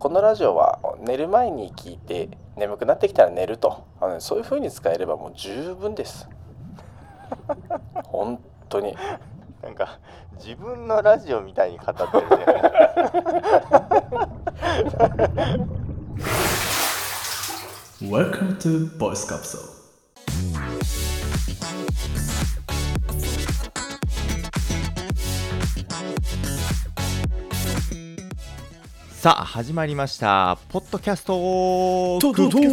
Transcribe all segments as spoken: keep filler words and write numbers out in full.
このラジオは寝る前に聞いて眠くなってきたら寝ると、あの、ね、そういう風に使えればもう十分です本当に。 なんか自分のラジオみたいに語ってるね Welcome to Voice Capsule。 さあ始まりましたポッドキャストトトト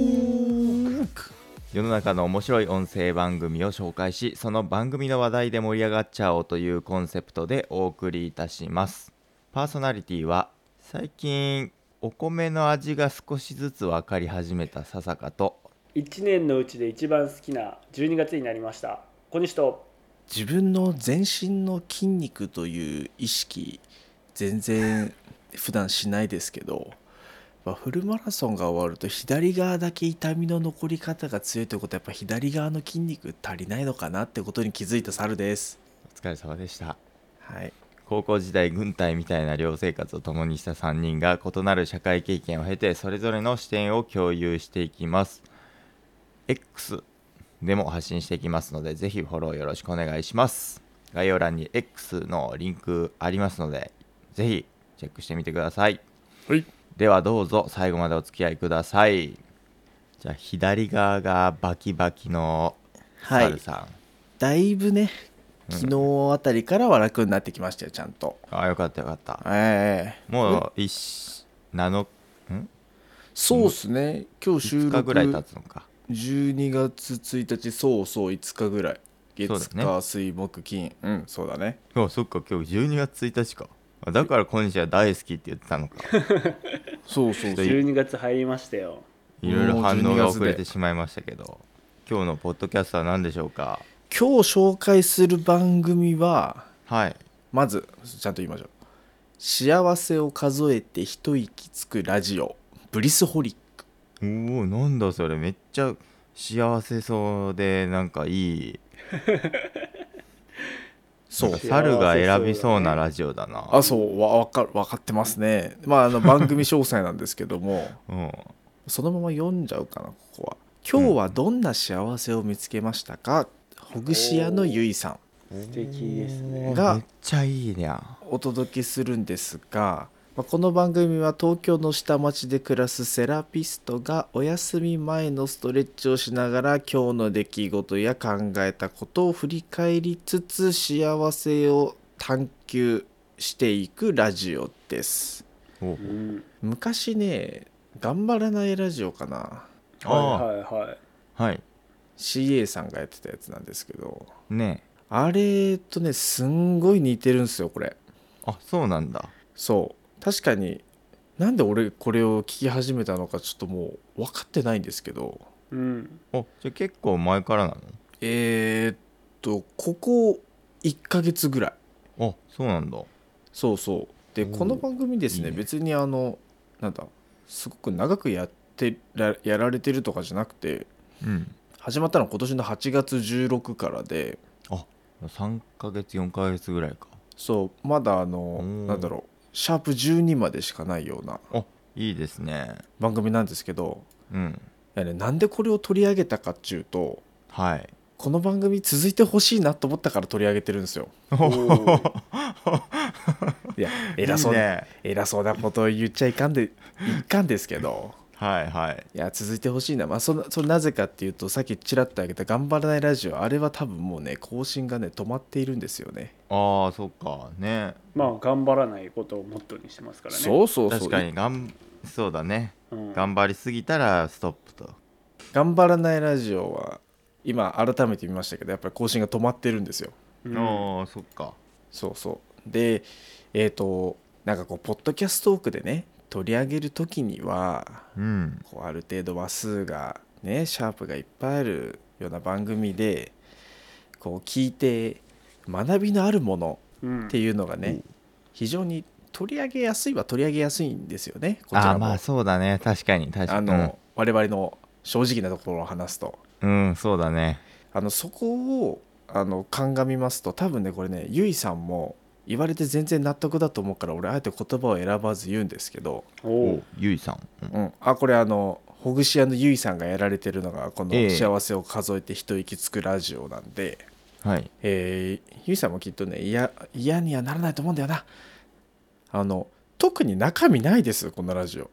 世の中の面白い音声番組を紹介し、その番組の話題で盛り上がっちゃおうというコンセプトでお送りいたします。パーソナリティは最近お米の味が少しずつ分かり始めた笹香と、 いちねんのうちで一番好きなじゅうにがつになりました小西と、 自分の全身の筋肉という意識全然普段しないですけど、まあ、フルマラソンが終わると左側だけ痛みの残り方が強いということは、やっぱ左側の筋肉足りないのかなってことに気づいた猿です。 お疲れ様でした。 はい、 高校時代軍隊みたいな寮生活を共にしたさんにんが異なる社会経験を経て、それぞれの視点を共有していきます。 X でも発信していきますので、ぜひフォローよろしくお願いします。概要欄に X のリンクありますので、ぜひチェックしてみてください。 はい、 ではどうぞ最後までお付き合いください。じゃあ左側がバキバキのはい猿さん、 だいぶねうん昨日あたりからは楽になってきましたよ、ちゃんと。 あ、よかったよかった。 ええもう一7んそうっすね、今日収 5日ぐらい経録つのか。 じゅうにがつついたち、そうそういつかぐらい、月そうだね火水木金、うんそうだね。 あ、そっか、今日じゅうにがつついたちか。あ、だから小西は大好きって言ってたのか。 そうそうそうじゅうにがつ入りましたよ。 いろいろ反応が遅れもうじゅうにがつでてしまいましたけど、今日のポッドキャストは何でしょうか。 今日紹介する番組は、 はい。 まずちゃんと言いましょう。幸せを数えて一息つくラジオ、ブリスホリック。 おお、なんだそれ、めっちゃ幸せそうでなんかいい。 そうなんか猿が選びそうなラジオだな。 あ、そうわわか分かってますね。まああの番組詳細なんですけどもうんそのまま読んじゃうかな。ここは今日はどんな幸せを見つけましたか、ほぐし屋のゆいさん素敵ですね。 がめっちゃいいねや。 お届けするんですが、まあ、この番組は東京の下町で暮らすセラピストがお休み前のストレッチをしながら今日の出来事や考えたことを振り返りつつ幸せを探求していくラジオです。 おううん、 昔ね、頑張らないラジオかな、 あはいはいはい。 はいシーエー さんがやってたやつなんですけど、 ねえ。 あれとねすんごい似てるんですよこれ。 あ、そうなんだ。 そう確かに、なんで俺これを聞き始めたのかちょっともう分かってないんですけど、 うん、 お、じゃあ結構前からなの。 えー、っとここいっかげつぐらい。 あ、そうなんだ。 そうそうで、 おーこの番組ですね、 いいね別にあのなんだすごく長くやってらやられてるとかじゃなくて、 うん始まったのは今年のはちがつじゅうろくからで、 あ、さんかげつよんかげつぐらいか。 そうまだあおのーなんだろうシャープじゅうにまでしかないようなあ、いいですね。 番組なんですけど、 うんいやね、なんでこれを取り上げたかっていうと、 はいこの番組続いてほしいなと思ったから取り上げてるんですよ。 おーいや偉そういいね。 偉そうなことを言っちゃいかんでいかんですけど、 はいはい。 いや続いてほしいな、まあ、そのそれなぜかっていうと、さっきちらっと挙げた頑張らないラジオ、あれは多分もうね更新がね止まっているんですよね。 ああ、そっかね。 まあ頑張らないことをモットーにしてますからね。 そうそうそう確かにがんそうだね。 うん、 頑張りすぎたらストップと。 頑張らないラジオは今改めて見ましたけど、やっぱり更新が止まってるんですよ。 うん、 ああ、そっか。 そうそうでえっ、となんかこうポッドキャストトークでね取り上げるときにはうんこうある程度話数がねシャープがいっぱいあるような番組でこう聞いて学びのあるものうんっていうのがね、非常に取り上げやすいは取り上げやすいんですよね。こちらもああ、まあそうだね。確かに確かに。 あの、我々の正直なところを話すと、 うん、うん、そうだね。 あのそこをあの鑑みますと、多分ねこれねゆいさんも言われて全然納得だと思うから俺あえて言葉を選ばず言うんですけど、 おおゆいさん、うんうん、あこれあのほぐし屋のゆいさんがやられてるのがこのええ幸せを数えて一息つくラジオなんで、 はいえーゆいさんもきっとね嫌嫌にはならないと思うんだよな。あの特に中身ないですこのラジオ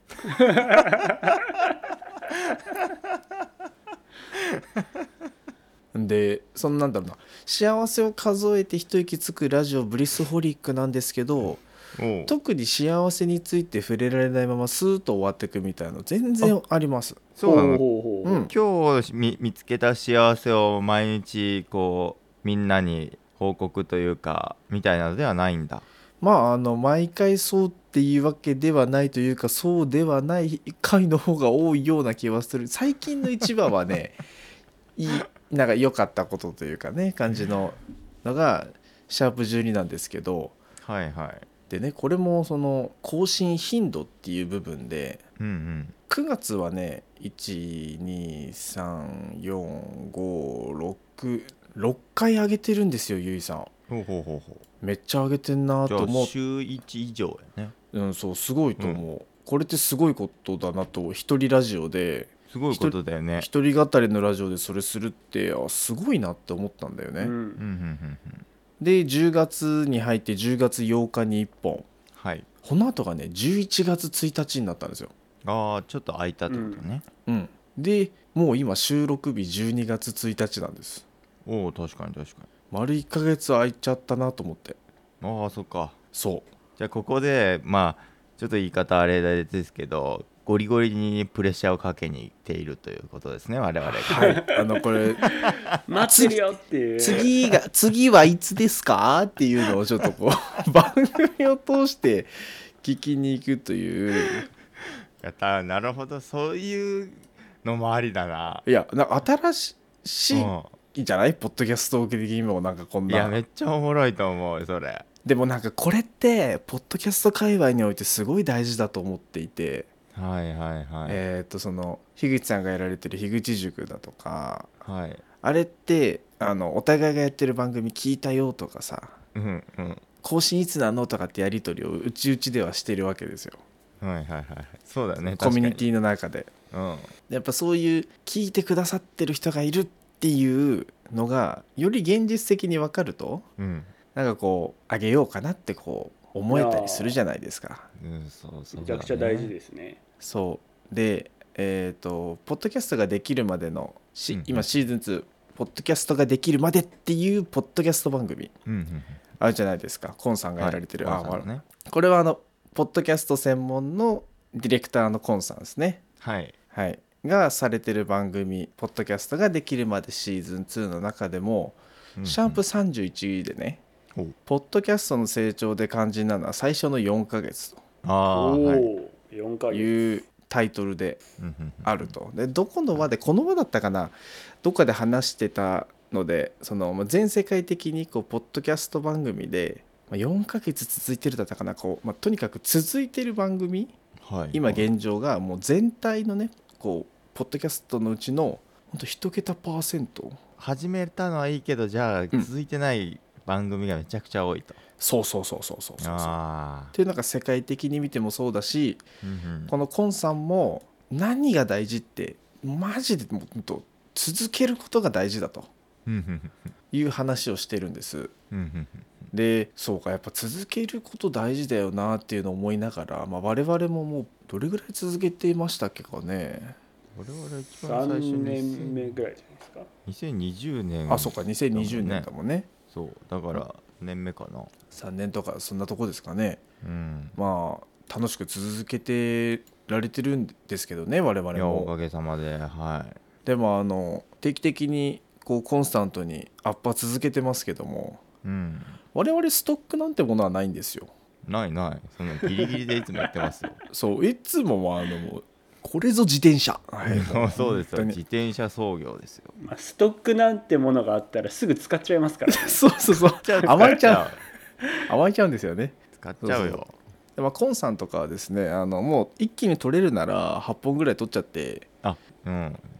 でそんなんだろうな幸せを数えて一息つくラジオブリスホリックなんですけど、 おう特に幸せについて触れられないままスーッと終わっていくみたいなの全然あります。 そうなの。 ほうほうほううん今日見見つけた幸せを毎日こうみんなに報告というかみたいなのではないんだ。 まああの毎回そうっていうわけではないというかそうではない回の方が多いような気はする。最近の一話はねいいなんか良かったことというかね感じののがシャープじゅうになんですけど、 はいはい。 でねこれもその更新頻度っていう部分でうんうん。 くがつはねいちにさんよんごろくろっかい上げてるんですよゆいさん。 ほうほうほうほめっちゃ上げてんなう。じゃあと思う。 週いち以上やね。 うんそうすごいと思う、これってすごいことだなと一人ラジオですごいことだよね。 一人語りのラジオでそれするってあすごいなって思ったんだよね、 うんうんうんうんうん。 でじゅうがつに入ってじゅうがつようかにいっぽん、 はい。 この後がねじゅういちがつついたちになったんですよ。 ああちょっと空いたってことね。 うんでもう今収録日じゅうにがつついたちなんです。 おお確かに確か丸いっかげつ空いちゃったなと思って。 に。ああそっか。 そうじゃあここでまあちょっと言い方あれですけどゴリゴリにプレッシャーをかけにいっているということですね我々が。 はいあのこれ待ってるよっていう次が次はいつですかっていうのをちょっとこう番組を通して聞きに行くというやったなるほどそういうのもありだな。 いやなんか新しいうんいいんじゃないポッドキャスト的にもなんかこんないやめっちゃおもろいと思うそれ。 でもなんかこれってポッドキャスト界隈においてすごい大事だと思っていて、 はいはいはい、 えっとその樋口さんがやられてる樋口塾だとかはい。 あれってあのお互いがやってる番組聞いたよとかさうんうん更新いつなのとかってやり取りをうちうちではしてるわけですよはいはいはいそうだよねコミュニティ。 ィの中で。 うんやっぱそういう聞いてくださってる人がいるっていうのがより現実的に分かるとうんなんかこうあげようかなってこう思えたりするじゃないですか。 うんそうそうだね。 めちゃくちゃ大事ですね。 そうでえっ、とポッドキャストができるまでのし、 うんうん今シーズンツーポッドキャストができるまでっていうポッドキャスト番組うんうんあるじゃないですか。コンさんがやられてる、 はいあコンさんのねこれはあのポッドキャスト専門のディレクターのコンさんですね、 はいはい、がされてる番組ポッドキャストができるまでシーズンツーの中でも、 うんうんシャープさんじゅういちでねおうポッドキャストの成長で肝心なのは最初のよんかげつああおはいおよんかとげついうタイトルでうんうんうんあると。でどこの輪でこの輪だったかなどっかで話してたのでそのまあ全世界的にこうポッドキャスト番組でまあよんかげつ続いてるだったかなこう、まあ、とにかく続いてる番組はい今現状がもう全体のねこうポッドキャストのうちのほんと一桁パーセント始めたのはいいけどじゃあん続いてない番組がめちゃくちゃ多いと。 そうそうそうそうそうそうそうっああていうのが世界的に見てもそうだしうんうんこのコンさんも何が大事ってマジでもうほんと続けることが大事だとうんうんいう話をしてるんです。 うんうんでそうかやっぱ続けること大事だよなっていうのを思いながら、まあ、我々ももうどれぐらい続けていましたっけかね。 我々一番最初 3 に年目ぐらいじゃないですか。 にせんにじゅうねんあそうかにせんにじゅうねんだもんね。 そうだから年目かな。 さんねんとかそんなとこですかね。 うんまあ楽しく続けてられてるんですけどね我々 いやおかも。 げさまではいでもあの定期的にこうコンスタントにアップは続けてますけどもうん我々ストックなんてものはないんですよ。 ないないそのギリギリでいつもやってますよそういつももうあのもうこれぞ自転車、はいもうそうですよ本当に自転車操業ですよ。 まあ、ストックなんてものがあったらすぐ使っちゃいますからね。 そうそうそう甘えちゃう甘えちゃうんですよね。 使っちゃうよ。 そうでまあ、コンさんとかはですねあのもう一気に取れるならはっぽんぐらい取っちゃってあうん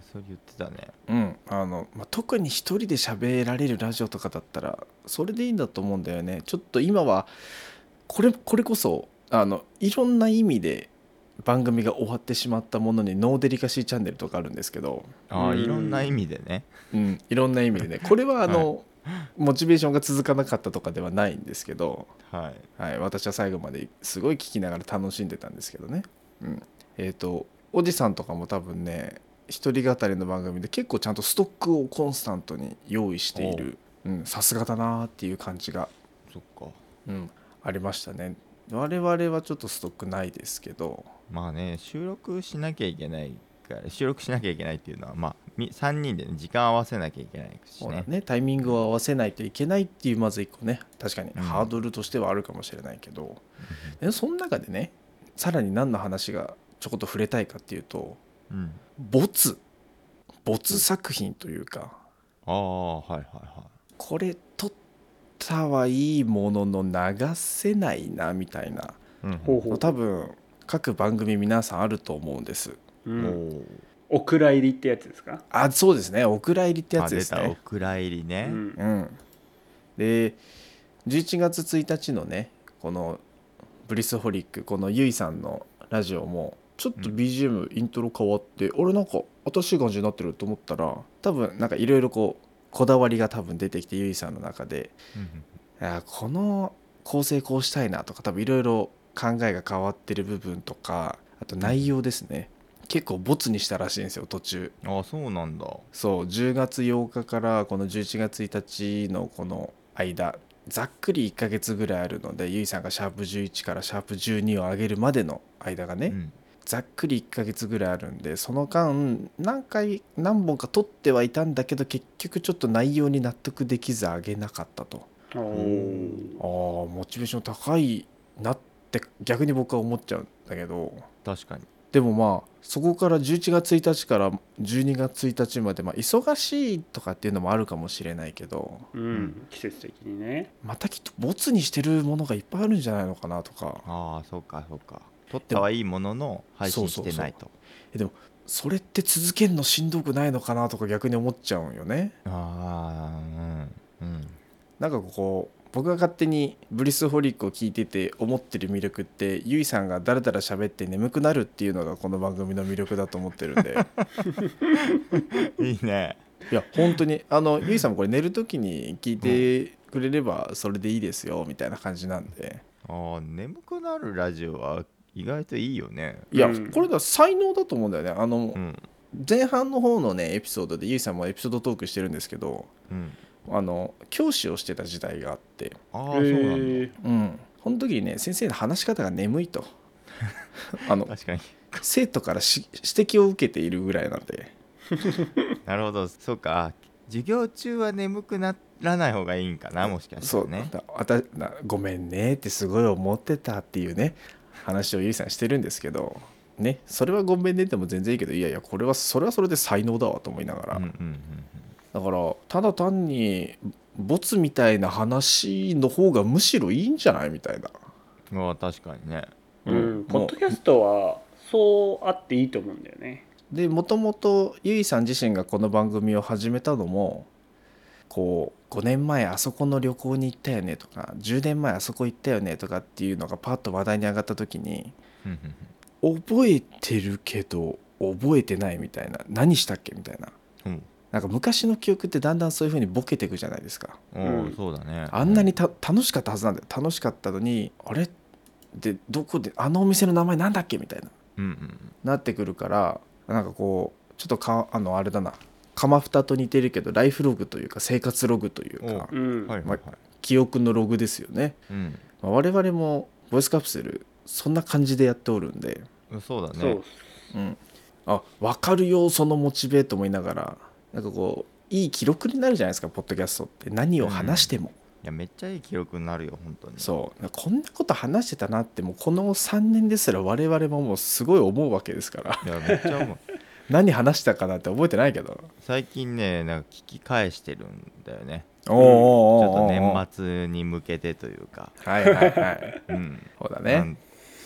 それ言ってたね。 うんあの、まあ、特に一人で喋られるラジオとかだったらそれでいいんだと思うんだよね。ちょっと今はこれこれこそあのいろんな意味で番組が終わってしまったものにノーデリカシーチャンネルとかあるんですけど、 ああ、 うんいろんな意味でね。 うん、いろんな意味でねこれはあの、モチベーションが続かなかったとかではないんですけど、 はいはい、私は最後まですごい聞きながら楽しんでたんですけどね、うん、えっ、とおじさんとかも多分ね一人語りの番組で結構ちゃんとストックをコンスタントに用意している、うん、さすがだなっていう感じが、 そっか。 うん、ありましたね。我々はちょっとストックないですけど、 まあね、収録しなきゃいけないから収録しなきゃいけないっていうのはまあみさんにんで、ね、時間合わせなきゃいけないしね。 そうだね、タイミングを合わせないといけないっていうまず一個ね確かにうんハードルとしてはあるかもしれないけど、でその中でねさらに何の話がちょこっと触れたいかっていうとうん。 没没作品というか、 ああ、はいはいはこれ撮ったはいいものの流せないなみたいな、 い。うんほうほう。 多分各番組皆さんあると思うんです。 うおん、 お。 お蔵入りってやつですか？ あ、そうですね、お蔵入りってやつですあ、出たおね。 蔵入りうね。 んうんでじゅういちがつついたちのねこのブリスホリックこのゆいさんのラジオもちょっと ビージーエム、イントロ変わってあれなんか新しい感じになってると思ったら多分なんかいろいろこうこだわりが多分出てきてゆいさんの中でうんいやこの構成こうしたいなとか多分いろいろ考えが変わってる部分とかあと内容ですね結構ボツにしたらしいんですよ途中。 うん。ああ、そうなんだ。 そうじゅうがつようかからこのじゅういちがつついたちのこの間ざっくりいっかげつぐらいあるのでゆいさんがシャープじゅういちからシャープじゅうにを上げるまでの間がね、 うん。 ざっくりいっかげつぐらいあるんでその間何回何本か撮ってはいたんだけど結局ちょっと内容に納得できず上げなかったと。 おーあーモチベーション高いなって逆に僕は思っちゃうんだけど確かに。 でもまあそこからじゅういちがつついたちからじゅうにがつついたちまで、まあ、忙しいとかっていうのもあるかもしれないけどうん、季節的にね。 またきっとボツにしてるものがいっぱいあるんじゃないのかなとか。 ああ、そうかそうか。撮ったはいいものの配信してないと。 えでもそれって続けるのしんどくないのかなとか逆に思っちゃうんよね。 ああ、うんうん。 なんかこう僕が勝手にブリスホリックを聞いてて思ってる魅力ってゆいさんがだらだら喋って眠くなるっていうのがこの番組の魅力だと思ってるんでいいね。 いや本当にあのゆいさんもこれ寝る時に聞いてくれればそれでいいですよみたいな感じなんで、 ああ、眠くなるラジオは意外といいよね。 いやうんこれだ才能だと思うんだよね。あのうん前半の方のねエピソードでゆいさんもエピソードトークしてるんですけどうん。 あの教師をしてた時代があってああ、そうなんだ。 へうんこの時にね先生の話し方が眠いとあの確かに。 生徒からし指摘を受けているぐらいなんでなるほど、そうか。授業中は眠くならない方がいいんかな、もしかしそうてね。 だあたなごめんねってすごい思ってたっていうね話をゆいさんしてるんですけどねそれはごめんねでも全然いいけどいやいやこれはそれはそれで才能だわと思いながら、 うんうんうんだからただ単にボツみたいな話の方がむしろいいんじゃないみたいな。 うん。ああ、確かにね。 うん、 うんポッドキャストはそうあっていいと思うんだよね。 でもともとゆいさん自身がこの番組を始めたのもこうごねんまえあそこの旅行に行ったよねとかじゅうねんまえあそこ行ったよねとかっていうのがパッと話題に上がった時にうんうん覚えてるけど覚えてないみたいな何したっけみたいなうん。 なんか昔の記憶ってだんだんそういう風にボケていくじゃないですか。 おうんお、そうだね。 あんなにた楽しかったはずなんだよ。楽しかったのにあれでどこであのお店の名前なんだっけみたいなうんうんなってくるからなんかこうちょっとかあのあれだなカマフタと似てるけどライフログというか生活ログというかおうん、 はいはいはい。 記憶のログですよね、 うん。 まあ我々もボイスカプセルそんな感じでやっておるんで、 そうだねそう。 うん、あ分かるよそのモチベと思いながらなんかこういい記録になるじゃないですかポッドキャストって何を話しても、 いや、めっちゃいい記録になるよ、本当に。 そうこんなこと話してたなってもうこのさんねんですら我々ももうすごい思うわけですからいや、めっちゃ思う。 何話したかなって覚えてないけど最近ね、なんか聞き返してるんだよね。 おーおーおーちょっとおー年末に向けてというか。 はいはいはいうん。 そうだなんね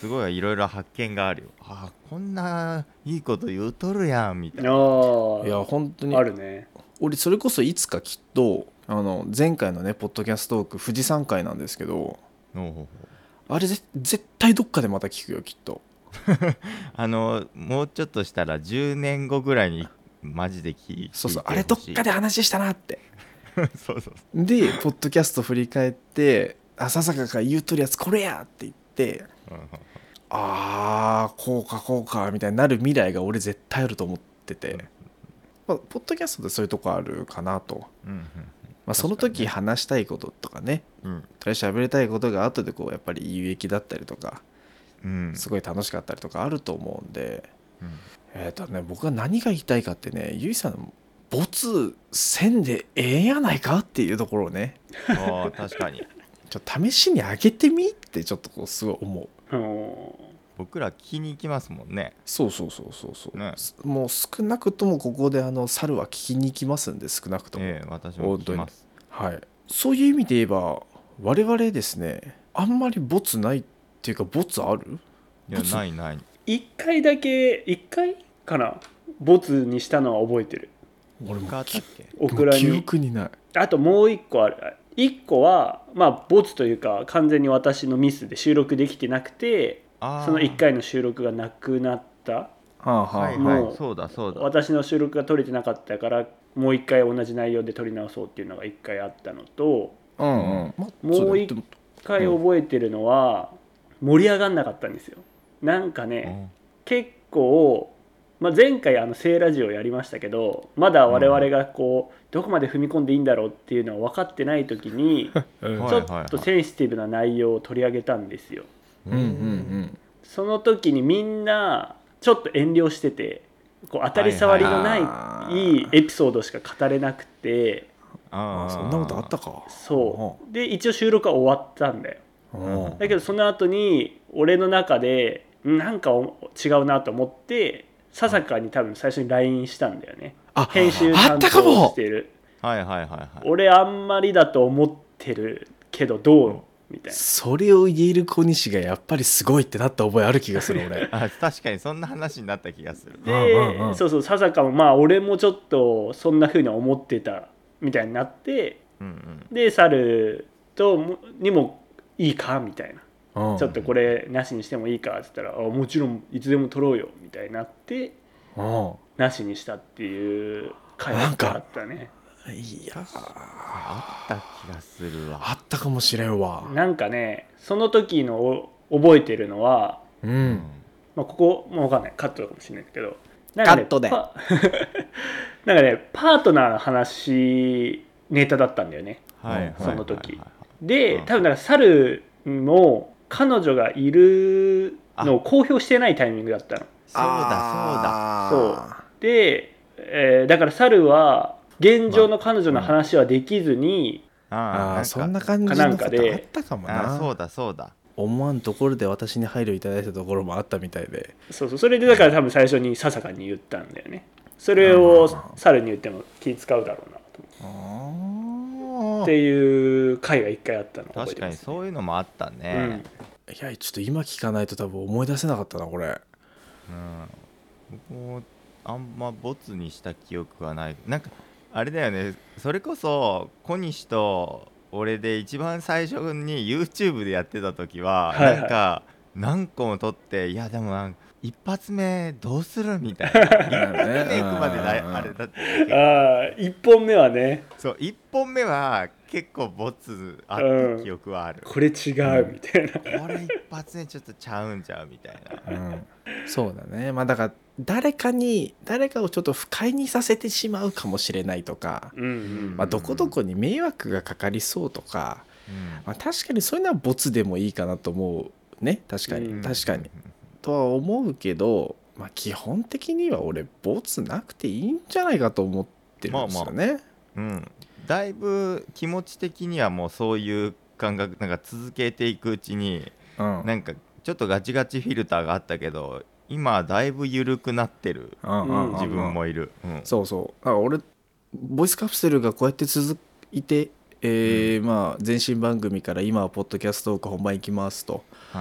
すごいいろいろ発見があるよ。あーこんないいこと言うとるやんみたいな。 あいや本当にあるね。 俺それこそいつかきっとあの前回のねポッドキャストトーク富士山回なんですけど、 おうほうほうあれぜ絶対どっかでまた聞くよきっと。 あのもうちょっとしたらじゅうねんごぐらいにマジで聞いてそうそうあれどっかで話したなってそうそうでポッドキャスト振り返って浅坂が言うとるやつこれやって言ってそう、 あーこうかこうかみたいになる未来が俺絶対あると思ってて、まあ、ポッドキャストでそういうとこあるかなと、 うんうんまあ、その時話したいこととかねうん取り喋りたいことが後でこうやっぱり有益だったりとかうんすごい楽しかったりとかあると思うんで、 うんえっとね僕が何が言いたいかってねゆいさん没せんでええやないかっていうところをねあー確かにちょっと試しに上げてみってちょっとこうすごい思う。 うん僕ら聞きに行きますもんね。 そうそうそうそうそう、 ねもう少なくともここであの猿は聞きに行きますんで少なくとも、 ええ私も聞きます。 はい、そういう意味で言えば我々ですねあんまりボツないっていうかボツある？ いやボツないない。 一回だけ一回かなボツにしたのは覚えてる。 俺も変わったっけ？ オクラ記に憶にない。 あともう一個ある。一個はまあボツというか完全に私のミスで収録できてなくてあーそのいっかいの収録がなくなった。 はあはあはいもうはいそうだそうだ。 私の収録が取れてなかったからもう一回同じ内容で撮り直そうっていうのが一回あったのとうんうんまあもうそ一回覚えてるのは盛り上がんなかったんですよ。なんかね結構、まあ、前回あの聖ラジオやりましたけどまだ我々がこうどこまで踏み込んでいいんだろうっていうのを分かってない時にうんはいちょっとセンシティブな内容を取り上げたんですよ。 うんうんその時にみんなちょっと遠慮しててこう当たり障りのはいなはいいいエピソードしか語れなくてあーあそんなことあったか。 そうで一応収録は終わったんだよ。 うんうんだけどその後に俺の中でなんか違うなと思って笹香に多分最初に ライン したんだよね。 あ編集あ担ったかも当してるはいはいはいはい。 俺あんまりだと思ってるけどどうみたいな。 それを言える小西がやっぱりすごいってなった覚えある気がする俺あ確かにそんな話になった気がする。 で、 うんうんうんそうそう笹香もまあ俺もちょっとそんな風に思ってたみたいになってうんうんで猿ともにもいいかみたいな、 うんちょっとこれなしにしてもいいかって言ったらあもちろんいつでも撮ろうよみたいになってうんなしにしたっていう回があったね。 いやあった気がするわ。 あったかもしれんわ。 なんかねその時のお覚えてるのは、 ううんんまあ、ここもう分かんないカットかもしれないけどなんか、ね、 カットでパなんかねパートナーの話ネタだったんだよね。 はいはいはいはいその時でうん多分なんか猿も彼女がいるのを公表してないタイミングだったの。 そうだそうで、えーだから猿は現状の彼女の話はできずに、 そうだ。 ああそんなか感じのことあったかもな。 あそうだそうだ。 思わんところで私に配慮いただいたところもあったみたいで。 そうそうそれでだから多分最初に笹香に言ったんだよね。それを猿に言っても気使うだろうなと思あっていう回が一回あったのを覚え確かにてます、 そういうのもあったね。 いやちょっと今聞かないと多分思い出せなかったなこれ。 うん、僕もあんまボツにした記憶はない。なんかあれだよね、それこそ小西と俺で一番最初に YouTube でやってた時は、 はいはいなんか何個も撮っていやでもなんか一発目どうするみたいな一発目行くまでだいうんあれだってああいっぽんめはねそういっぽんめは結構ボツあった記憶はある、 これ違うみたいな、 これ一発目ちょっとちゃうんちゃうみたいな。 うん、そうだね。まあだから誰かに誰かをちょっと不快にさせてしまうかもしれないとか、 うんうんまあ、どこどこに迷惑がかかりそうとか、 うんまあ、確かにそういうのはボツでもいいかなと思うね。確かに、 うん確かにとは思うけど、まあ、基本的には俺ボツなくていいんじゃないかと思ってるんですよね。 うん、だいぶ気持ち的にはもうそういう感覚なんか続けていくうちにうんなんかちょっとガチガチフィルターがあったけど今だいぶ緩くなってるうんうんうんうん自分もいる、うんそうそうだから俺ボイスカプセルがこうやって続いて、えーまあ前身番組から今はポッドキャストトーク本番行きますとはい、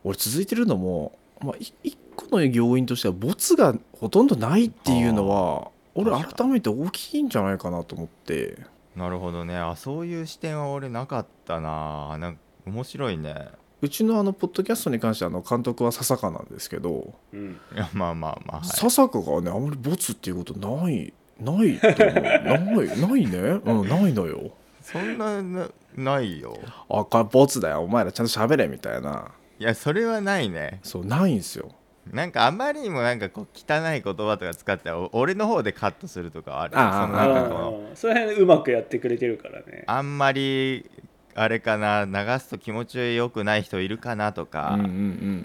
俺続いてるのも、まあ、い一個の要因としてはボツがほとんどないっていうのは俺改めて大きいんじゃないかなと思って。 なるほどね。あ、そういう視点は俺なかったな。なんか面白いね。 うちのあのポッドキャストに関してあの監督は笹香なんですけど、 うん、 いやまあまあまあ、はい、 笹香がねあんまりボツっていうことないないと思うないないね、うん、ないのよ。 そんななないよ。 あ、これボツだよお前らちゃんと喋れみたいな。 いやそれはないね。 そうないんですよ。 なんかあまりにもなんかこう汚い言葉とか使って俺の方でカットするとかある。 ああそのなんかこのその辺うまくやってくれてるからね。 あんまりあれかな、流すと気持ちよくない人いるかなとか、 うんうんうん、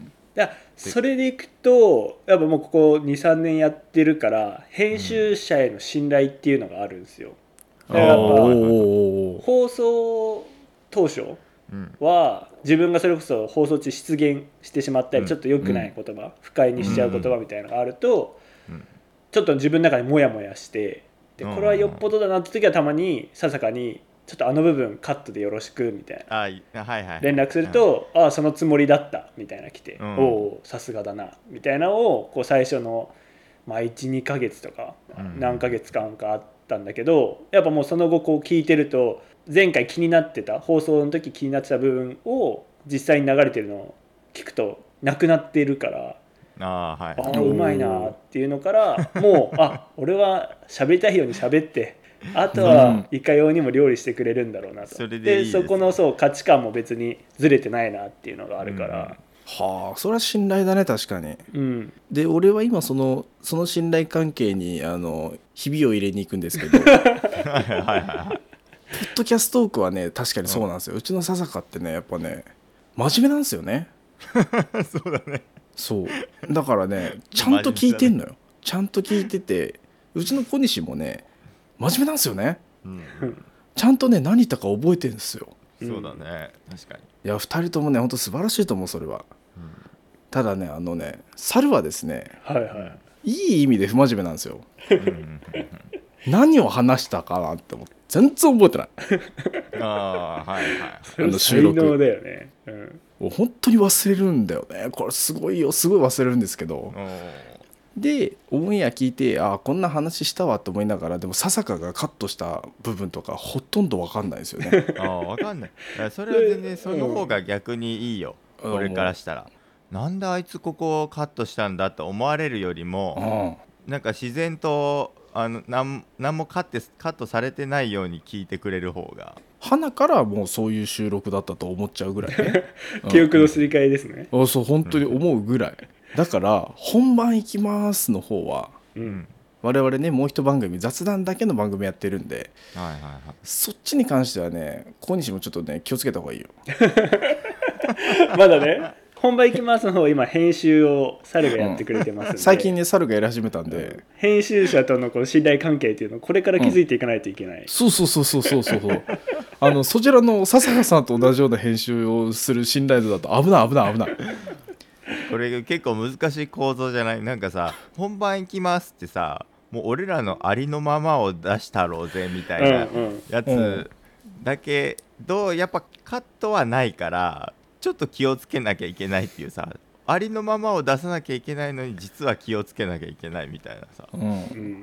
いやそれでいくとやっぱもうここ にさんねんやってるから編集者への信頼っていうのがあるんですよ。だからやっぱ放送当初は自分がそれこそ放送中失言してしまったりちょっと良くない言葉、不快にしちゃう言葉みたいなのがあるとちょっと自分の中でモヤモヤして、でこれはよっぽどだなって時はたまにささかにちょっとあの部分カットでよろしくみたいなあ、はいはいはい、 連絡すると、ああそのつもりだったみたいな来て、 うん、 おおさすがだなみたいなのをこう最初の、まあ、いちにかげつとか何ヶ月間かあったんだけど、やっぱもうその後こう聞いてると前回気になってた放送の時気になってた部分を実際に流れてるのを聞くとなくなっているから、 あ、はい、 ああうまいなっていうのからもうあ俺は喋りたいように喋ってあとはいかようにも料理してくれるんだろうなと、 それでいいでですね。 そこのそう価値観も別にずれてないなっていうのがあるから、 うん、はあそれは信頼だね確かに、 うん、 で俺は今そのその信頼関係にあのひびを入れに行くんですけどポッドキャストトークはね確かにそうなんですよ、うん、うちの笹香ってねやっぱね真面目なんですよねそうだね。 そうだからねちゃんと聞いてんのよ、ちゃんと聞いてて、うちの小西もね真面目なんですよね、うん、ちゃんとね何言ったか覚えてるんですよ。 そうだね、確かに。 いやふたりともねほんと素晴らしいと思うそれは、うん、ただねあのね猿はですね、 はいはい、 いい意味で不真面目なんですよ何を話したかなって思って全然覚えてないああはいはいあの収録才能だよね、うん、 もう本当に忘れるんだよねこれすごいよすごい忘れるんですけど、でオンエア聞いてあこんな話したわと思いながらでも笹香がカットした部分とかほとんど分かんないですよねあ分かんない。それは全然その方が逆にいいよ、うん、これからしたらなんであいつここをカットしたんだと思われるよりも、うん、なんか自然とあの何もカッテカットされてないように聞いてくれる方が花からもうそういう収録だったと思っちゃうぐらいね記憶のすり替えですね、 うん、そう本当に思うぐらい、だから本番行きますの方は、うん、我々ねもう一番組雑談だけの番組やってるんで、はいはいはい、そっちに関してはね小西もちょっとね気をつけた方がいいよまだね本番行きますの方今編集を猿がやってくれてますんで、うん、 最近ね猿がやり始めたんで、うん、 編集者とのこの信頼関係っていうのをこれから築いていかないといけない、うん、 そうそうそうそうそうそうあのそちらの笹香さんと同じような編集をする信頼度だと危ない危ない危ないこれ結構難しい構造じゃない？なんかさ本番行きますってさもう俺らのありのままを出したろうぜみたいなやつだけど、やっぱカットはないからちょっと気をつけなきゃいけないっていうさ、ありのままを出さなきゃいけないのに実は気をつけなきゃいけないみたいなさ、うんうん、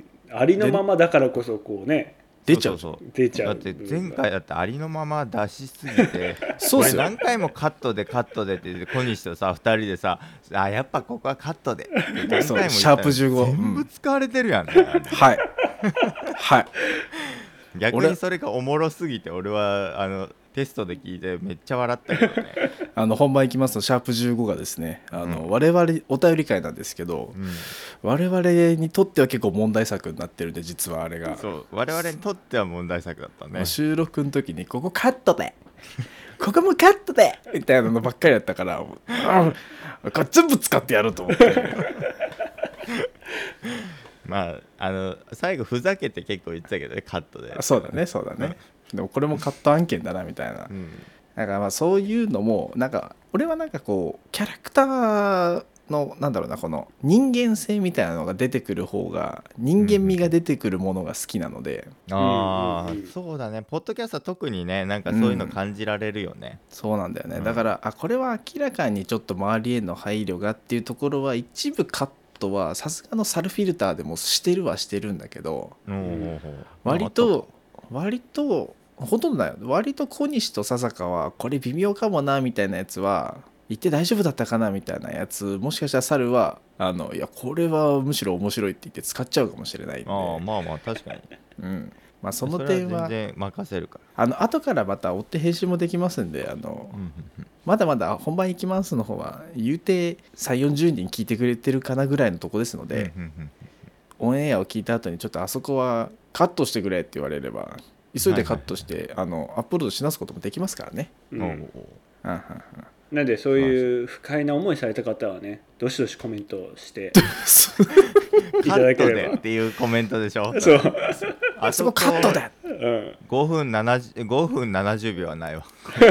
ありのままだからこそこうね出ちゃうそうそう出ちゃう。 だって前回だってありのまま出しすぎてそうすよ何回もカットでカットでって小西とさふたりでさあやっぱここはカットでそうシャープじゅうご全部使われてるやん、ね、 うん、はいはい逆にそれがおもろすぎて俺はあのテストで聞いてめっちゃ笑ったけどねあの本番行きますとシャープじゅうごがですねあの、うん、我々お便り会なんですけど、うん、我々にとっては結構問題作になってるんで実はあれがそう我々にとっては問題作だったね。 収録の時にここカットでここもカットでみたいなのばっかりやったからあこれ全部使ってやると思ってまああの最後ふざけて結構言ってたけどねカットで。 そうだねそうだねでもこれもカット案件だなみたいな、うん、なんかまあそういうのもなんか俺はなんかこうキャラクターのなんだろうな、この人間性みたいなのが出てくる方が人間味が出てくるものが好きなので、 ああ、 うんうんうんそうだね。ポッドキャストは特にね、なんかそういうの感じられるよね。 そうなんだよね、 うんだからあこれは明らかにちょっと周りへの配慮がっていうところは一部カットはさすがのサルフィルターでもしてるはしてるんだけど、 おー割と割とほとんどだよ、割と小西と笹香はこれ微妙かもなみたいなやつは言って大丈夫だったかなみたいなやつ、もしかしたら猿はあのいやこれはむしろ面白いって言って使っちゃうかもしれないんで、 ああ、まあまあ確かに。 うんまあ、そのれ点は全然任せるかあの後からまた追って編集もできますんで、あの、 ら。うんうんうんまだまだ本番行きますの方は言うてさんじゅうよんじゅうにん聞いてくれてるかなぐらいのとこですので、 うんうんうんオンエアを聞いた後にちょっとあそこはカットしてくれって言われれば急いでカットして、あのアップロードしなすこともできますからね。 うんおうおううんうんうんなんでそういう不快な思いされた方はねどしどしコメントしていただけカットればでっていうコメントでしょ。 そう、 あそこカットでうん、 ごふんななじゅうごふんななじゅうびょうはないわ。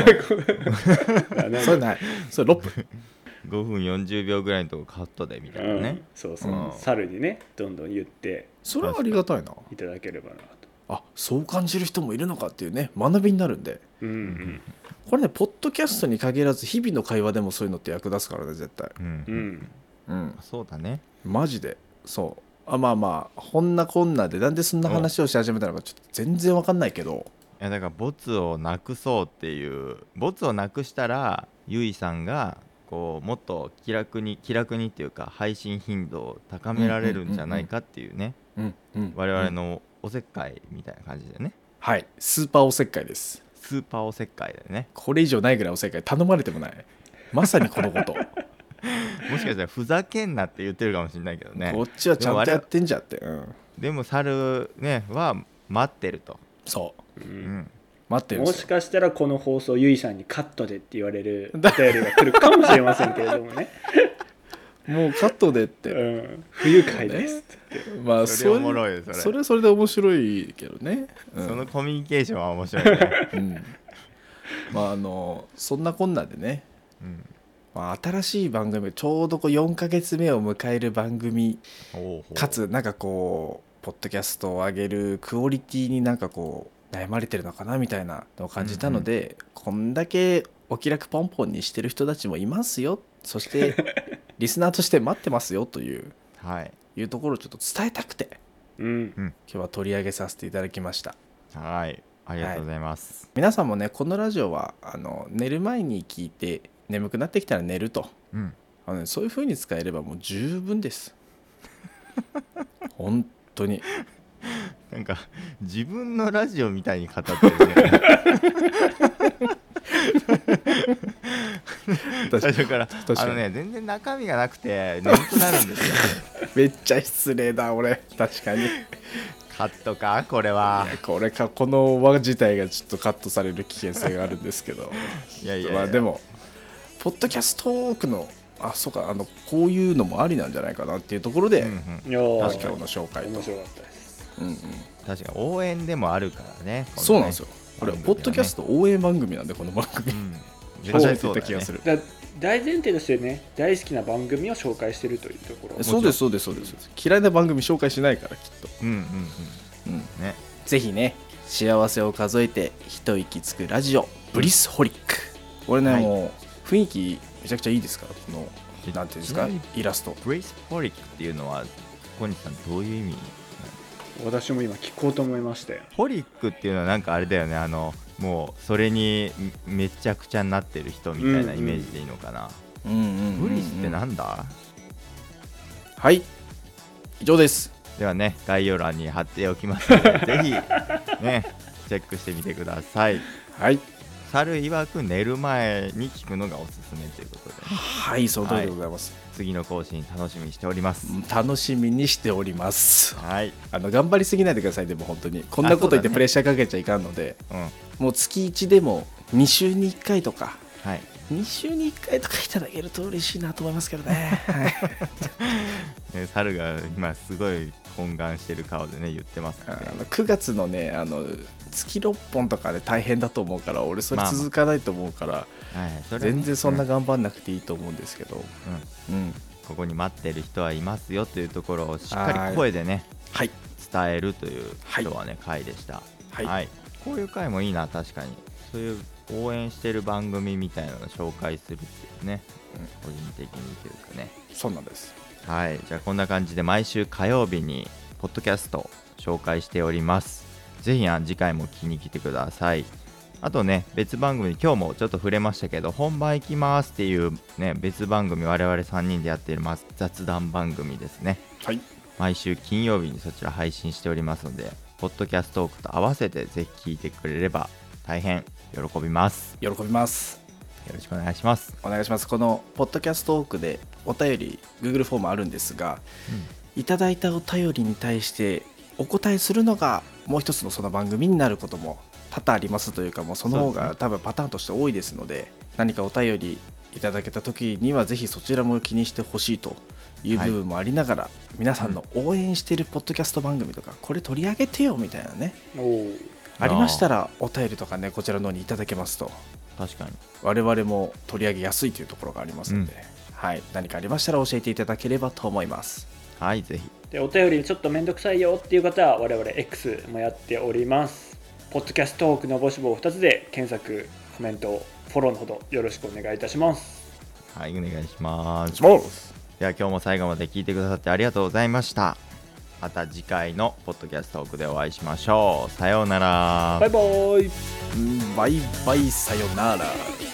それないそれろっぷんごふんよんじゅうびょうぐらいのとこカットでみたいなうんね。 そうそう、 うん猿にねどんどん言ってそれはありがたいないただければなと。 あそう感じる人もいるのかっていうね学びになるんで、 うんうんこれねポッドキャストに限らず日々の会話でもそういうのって役立つからね絶対。 うんうんうんそうだね。 マジでそうあまあまあこんなこんなでなんでそんな話をし始めたのかちょっと全然わかんないけど、 いやだからボツをなくそうっていうボツをなくしたらゆいさんがこうもっと気楽に気楽にっていうか配信頻度を高められるんじゃないかっていうね、 うんうん、 我々のおせっかいみたいな感じでね、 はいスーパーおせっかいです。 スーパーおせっかいだよね。 これ以上ないぐらいおせっかい頼まれてもないまさにこのこともしかしたらふざけんなって言ってるかもしれないけどね。 こっちはちゃんとやってんじゃって、うん、 でも猿ねは待ってると、 そうううんん、 待ってるんですよ。 もしかしたらこの放送ゆいさんにカットでって言われるお便りが来るかもしれませんけれどもね、 もうカットでっうて、 ん、不愉快ですってまあそれおもろいよそれそれはそれで面白いけどね、うん、 そのコミュニケーションは面白いね、 うん、まああのそんなこんなでね、 うん、 まあ、新しい番組ちょうどこうよんかげつめを迎える番組ほうほうかつなんかこうポッドキャストを上げるクオリティになんかこう悩まれてるのかなみたいなのを感じたので、こんだけお気楽ポンポンにしてる人たちもいますよ、そしてリスナーとして待ってますよというはいいうところをちょっと伝えたくてうん今日は取り上げさせていただきました。 はいありがとうございます、 皆さんもねこのラジオはあの寝る前に聞いて眠くなってきたら寝るとうんあの、ね、そういう風に使えればもう十分です本当になんか自分のラジオみたいに語ってるね最初から確かにあのね全然中身がなくて眠くなるんですよめっちゃ失礼だ俺確かにカットかこれはこれかこの輪自体がちょっとカットされる危険性があるんですけどいやいやいやまあでもポッドキャストトークのあそうかあのこういうのもありなんじゃないかなっていうところで、 うんうんいやー今日の紹介と面白かったです。 うんうん、 確かに応援でもあるからねそうなんですよこれ番組はねポッドキャスト応援番組なんでこの番組うん初めて言った気がする、 だ大前提としてね大好きな番組を紹介してるというところ。 そうですそうですそうです嫌いな番組紹介しないからきっと、 うんうんうん、 うんねぜひね幸せを数えて一息つくラジオブリスホリックこれね、 はいもう雰囲気めちゃくちゃいいですからこのなんていうんですかイラストブレイスフォリックっていうのは小西さんどういう意味？ 私も今聞こうと思いましたよ。 ホリックっていうのはなんかあれだよねあのもうそれにめちゃくちゃになってる人みたいなイメージでいいのかな、 うんうんうんうんブリスってなんだ？ はい以上ですではね概要欄に貼っておきますのでぜひねチェックしてみてください。 はい猿曰く寝る前に聞くのがおすすめということで、ね、 はいその通りでございます、 次の更新楽しみにしております。 楽しみにしておりますはい、 あの頑張りすぎないでくださいでも本当にこんなこと言ってあそうだねプレッシャーかけちゃいかんので、 うん、 もう月いちでもに週にいっかいとかはい。 に週にいっかいとかいただけると嬉しいなと思いますけどね、はいね猿が今すごい懇願してる顔でね言ってますあね。 のくがつのねあの月ろっぽんとかで大変だと思うから俺それまあ続かないと思うから、 はい、それはね全然そんな頑張んなくていいと思ううんですけど、 うんうんうんここに待ってる人はいますよというところをしっかり声でねはい伝えるという、 はい今日はね回でした。 はい、 はい、こういう回もいいな。確かにそういう応援してる番組みたいなのを紹介するっていうね、うん、個人的にというかね。 そうなんです。 はい、じゃあこんな感じで毎週火曜日にポッドキャスト紹介しております。ぜひ次回も聞きに来てください。あとね、別番組、今日もちょっと触れましたけど、本番行きますっていうね、別番組、我々さんにんでやっている雑談番組ですね。 はい。 毎週金曜日にそちら配信しておりますので、ポッドキャストトークと合わせてぜひ聞いてくれれば大変喜びます。 喜びます。 よろしくお願いします。 お願いします。このポッドキャストトークでお便り、Google フォームあるんですが、うん、いただいたお便りに対してお答えするのがもう一つのその番組になることも多々ありますというか、もうその方が多分パターンとして多いですので、何かお便りいただけた時にはぜひそちらも気にしてほしいという部分もありながら、はい、皆さんの応援しているポッドキャスト番組とか、これ取り上げてよみたいなね、おありましたらお便りとかね、こちらの方にいただけますと、 確かに我々も取り上げやすいというところがありますので、うん、はい、何かありましたら教えていただければと思います。 はい、ぜひ。 でお便りちょっとめんどくさいよっていう方は我々 X もやっております。ポッドキャストトークの募集棒ふたつで検索、コメント、フォローのほどよろしくお願いいたします。 はい、お願いします。 では今日も最後まで聞いてくださってありがとうございました。また次回のポッドキャストトークでお会いしましょう。さようなら。 バイバイ。 バイバイ、さようなら。